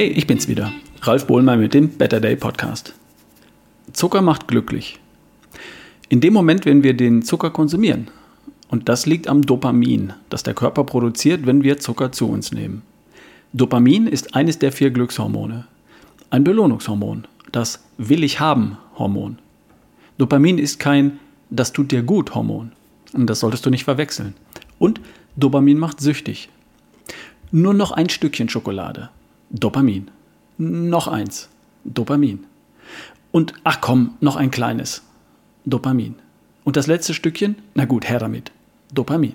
Hey, ich bin's wieder, Ralf Bohlmann mit dem Better Day Podcast. Zucker macht glücklich. In dem Moment, wenn wir den Zucker konsumieren. Und das liegt am Dopamin, das der Körper produziert, wenn wir Zucker zu uns nehmen. Dopamin ist eines der 4 Glückshormone. Ein Belohnungshormon, das Will-ich-haben-Hormon. Dopamin ist kein Das tut dir gut Hormon. Und das solltest du nicht verwechseln. Und Dopamin macht süchtig. Nur noch ein Stückchen Schokolade. Dopamin. Noch eins. Dopamin. Und ach komm, noch ein kleines. Dopamin. Und das letzte Stückchen? Na gut, her damit. Dopamin.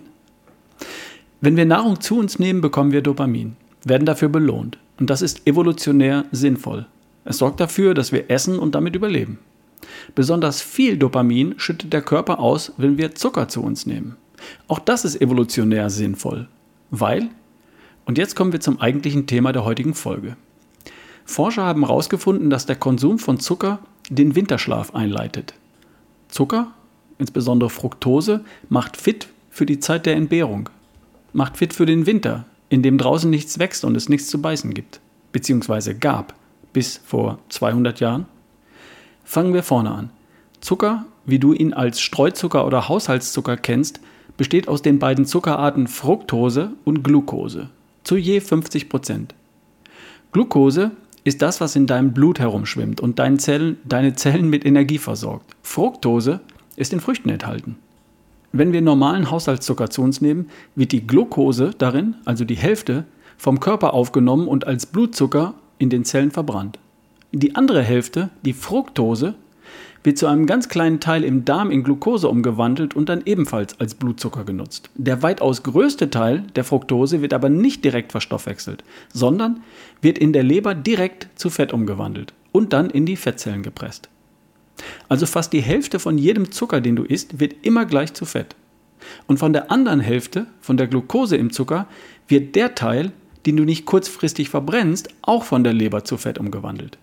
Wenn wir Nahrung zu uns nehmen, bekommen wir Dopamin, werden dafür belohnt. Und das ist evolutionär sinnvoll. Es sorgt dafür, dass wir essen und damit überleben. Besonders viel Dopamin schüttet der Körper aus, wenn wir Zucker zu uns nehmen. Auch das ist evolutionär sinnvoll. Weil, und jetzt kommen wir zum eigentlichen Thema der heutigen Folge. Forscher haben herausgefunden, dass der Konsum von Zucker den Winterschlaf einleitet. Zucker, insbesondere Fructose, macht fit für die Zeit der Entbehrung. Macht fit für den Winter, in dem draußen nichts wächst und es nichts zu beißen gibt. Beziehungsweise gab, bis vor 200 Jahren. Fangen wir vorne an. Zucker, wie du ihn als Streuzucker oder Haushaltszucker kennst, besteht aus den beiden Zuckerarten Fructose und Glucose, zu je 50%. Glucose ist das, was in deinem Blut herumschwimmt und deine Zellen mit Energie versorgt. Fructose ist in Früchten enthalten. Wenn wir normalen Haushaltszucker zu uns nehmen, wird die Glucose darin, also die Hälfte, vom Körper aufgenommen und als Blutzucker in den Zellen verbrannt. Die andere Hälfte, die Fructose, wird zu einem ganz kleinen Teil im Darm in Glucose umgewandelt und dann ebenfalls als Blutzucker genutzt. Der weitaus größte Teil der Fructose wird aber nicht direkt verstoffwechselt, sondern wird in der Leber direkt zu Fett umgewandelt und dann in die Fettzellen gepresst. Also fast die Hälfte von jedem Zucker, den du isst, wird immer gleich zu Fett. Und von der anderen Hälfte, von der Glucose im Zucker, wird der Teil, den du nicht kurzfristig verbrennst, auch von der Leber zu Fett umgewandelt.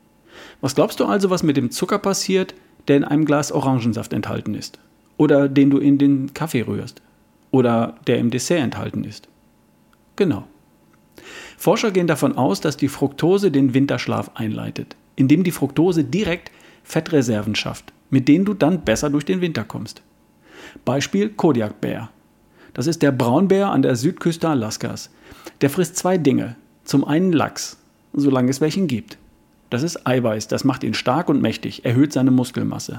Was glaubst du also, was mit dem Zucker passiert, der in einem Glas Orangensaft enthalten ist? Oder den du in den Kaffee rührst? Oder der im Dessert enthalten ist? Genau. Forscher gehen davon aus, dass die Fructose den Winterschlaf einleitet, indem die Fructose direkt Fettreserven schafft, mit denen du dann besser durch den Winter kommst. Beispiel Kodiakbär. Das ist der Braunbär an der Südküste Alaskas. Der frisst 2 Dinge. Zum einen Lachs, solange es welchen gibt. Das ist Eiweiß, das macht ihn stark und mächtig, erhöht seine Muskelmasse.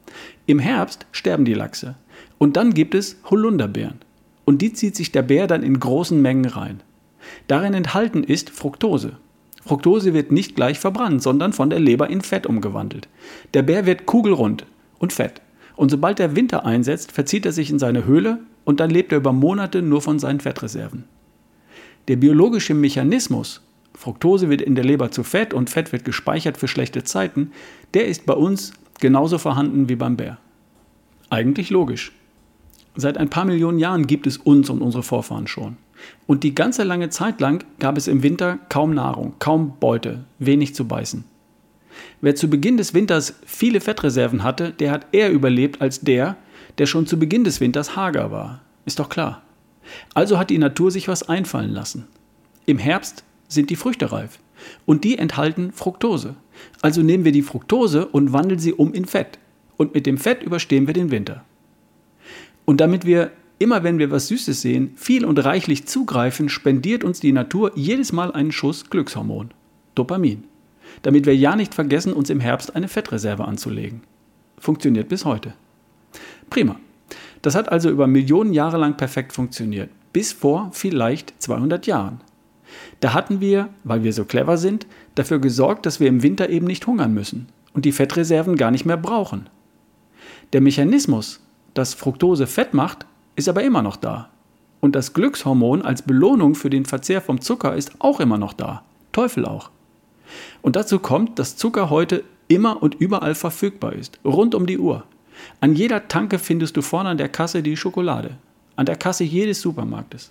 Im Herbst sterben die Lachse. Und dann gibt es Holunderbeeren. Und die zieht sich der Bär dann in großen Mengen rein. Darin enthalten ist Fructose. Fructose wird nicht gleich verbrannt, sondern von der Leber in Fett umgewandelt. Der Bär wird kugelrund und fett. Und sobald der Winter einsetzt, verzieht er sich in seine Höhle und dann lebt er über Monate nur von seinen Fettreserven. Der biologische Mechanismus, Fructose wird in der Leber zu Fett und Fett wird gespeichert für schlechte Zeiten, der ist bei uns genauso vorhanden wie beim Bär. Eigentlich logisch. Seit ein paar Millionen Jahren gibt es uns und unsere Vorfahren schon. Und die ganze lange Zeit lang gab es im Winter kaum Nahrung, kaum Beute, wenig zu beißen. Wer zu Beginn des Winters viele Fettreserven hatte, der hat eher überlebt als der schon zu Beginn des Winters hager war. Ist doch klar. Also hat die Natur sich was einfallen lassen. Im Herbst sind die Früchte reif und die enthalten Fructose. Also nehmen wir die Fructose und wandeln sie um in Fett. Und mit dem Fett überstehen wir den Winter. Und damit wir immer, wenn wir was Süßes sehen, viel und reichlich zugreifen, spendiert uns die Natur jedes Mal einen Schuss Glückshormon, Dopamin. Damit wir ja nicht vergessen, uns im Herbst eine Fettreserve anzulegen. Funktioniert bis heute. Prima. Das hat also über Millionen Jahre lang perfekt funktioniert. Bis vor vielleicht 200 Jahren. Da hatten wir, weil wir so clever sind, dafür gesorgt, dass wir im Winter eben nicht hungern müssen und die Fettreserven gar nicht mehr brauchen. Der Mechanismus, das Fructose Fett macht, ist aber immer noch da. Und das Glückshormon als Belohnung für den Verzehr vom Zucker ist auch immer noch da. Teufel auch. Und dazu kommt, dass Zucker heute immer und überall verfügbar ist, rund um die Uhr. An jeder Tanke findest du vorne an der Kasse die Schokolade, an der Kasse jedes Supermarktes.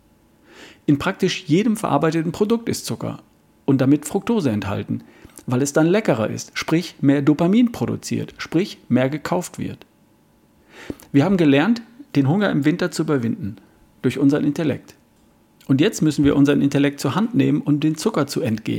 In praktisch jedem verarbeiteten Produkt ist Zucker und damit Fructose enthalten, weil es dann leckerer ist, sprich mehr Dopamin produziert, sprich mehr gekauft wird. Wir haben gelernt, den Hunger im Winter zu überwinden, durch unseren Intellekt. Und jetzt müssen wir unseren Intellekt zur Hand nehmen, um den Zucker zu entgehen.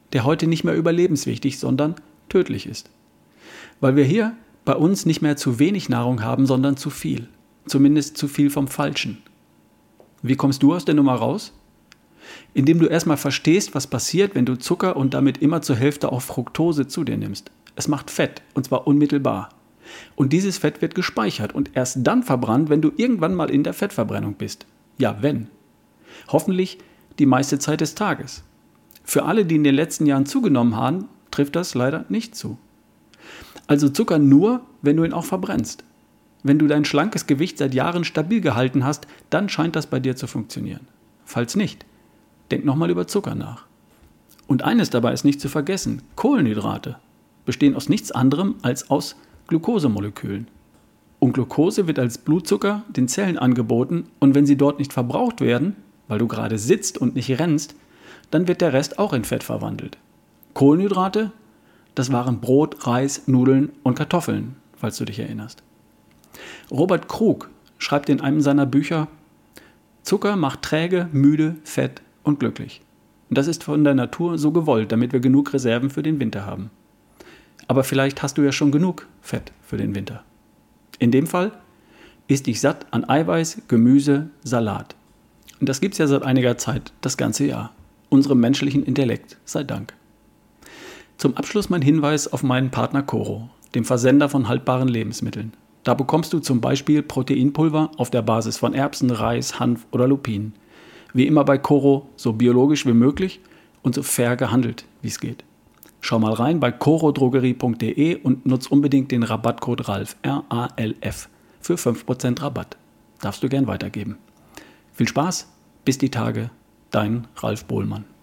der heute nicht mehr überlebenswichtig, sondern tödlich ist. Weil wir hier bei uns nicht mehr zu wenig Nahrung haben, sondern zu viel. Zumindest zu viel vom Falschen. Wie kommst du aus der Nummer raus? Indem du erstmal verstehst, was passiert, wenn du Zucker und damit immer zur Hälfte auch Fructose zu dir nimmst. Es macht Fett, und zwar unmittelbar. Und dieses Fett wird gespeichert und erst dann verbrannt, wenn du irgendwann mal in der Fettverbrennung bist. Ja, wenn. Hoffentlich die meiste Zeit des Tages. Für alle, die in den letzten Jahren zugenommen haben, trifft das leider nicht zu. Also Zucker nur, wenn du ihn auch verbrennst. Wenn du dein schlankes Gewicht seit Jahren stabil gehalten hast, dann scheint das bei dir zu funktionieren. Falls nicht, denk nochmal über Zucker nach. Und eines dabei ist nicht zu vergessen: Kohlenhydrate bestehen aus nichts anderem als aus Glukosemolekülen. Und Glucose wird als Blutzucker den Zellen angeboten, und wenn sie dort nicht verbraucht werden, weil du gerade sitzt und nicht rennst, dann wird der Rest auch in Fett verwandelt. Kohlenhydrate, das waren Brot, Reis, Nudeln und Kartoffeln, falls du dich erinnerst. Robert Krug schreibt in einem seiner Bücher: Zucker macht träge, müde, fett und glücklich. Und das ist von der Natur so gewollt, damit wir genug Reserven für den Winter haben. Aber vielleicht hast du ja schon genug Fett für den Winter. In dem Fall isst dich satt an Eiweiß, Gemüse, Salat. Und das gibt es ja seit einiger Zeit, das ganze Jahr. Unserem menschlichen Intellekt sei Dank. Zum Abschluss mein Hinweis auf meinen Partner Coro, dem Versender von haltbaren Lebensmitteln. Da bekommst du zum Beispiel Proteinpulver auf der Basis von Erbsen, Reis, Hanf oder Lupinen. Wie immer bei Coro, so biologisch wie möglich und so fair gehandelt, wie es geht. Schau mal rein bei corodrogerie.de und nutz unbedingt den Rabattcode RALF, R-A-L-F, für 5% Rabatt. Darfst du gern weitergeben. Viel Spaß, bis die Tage, dein Ralf Bohlmann.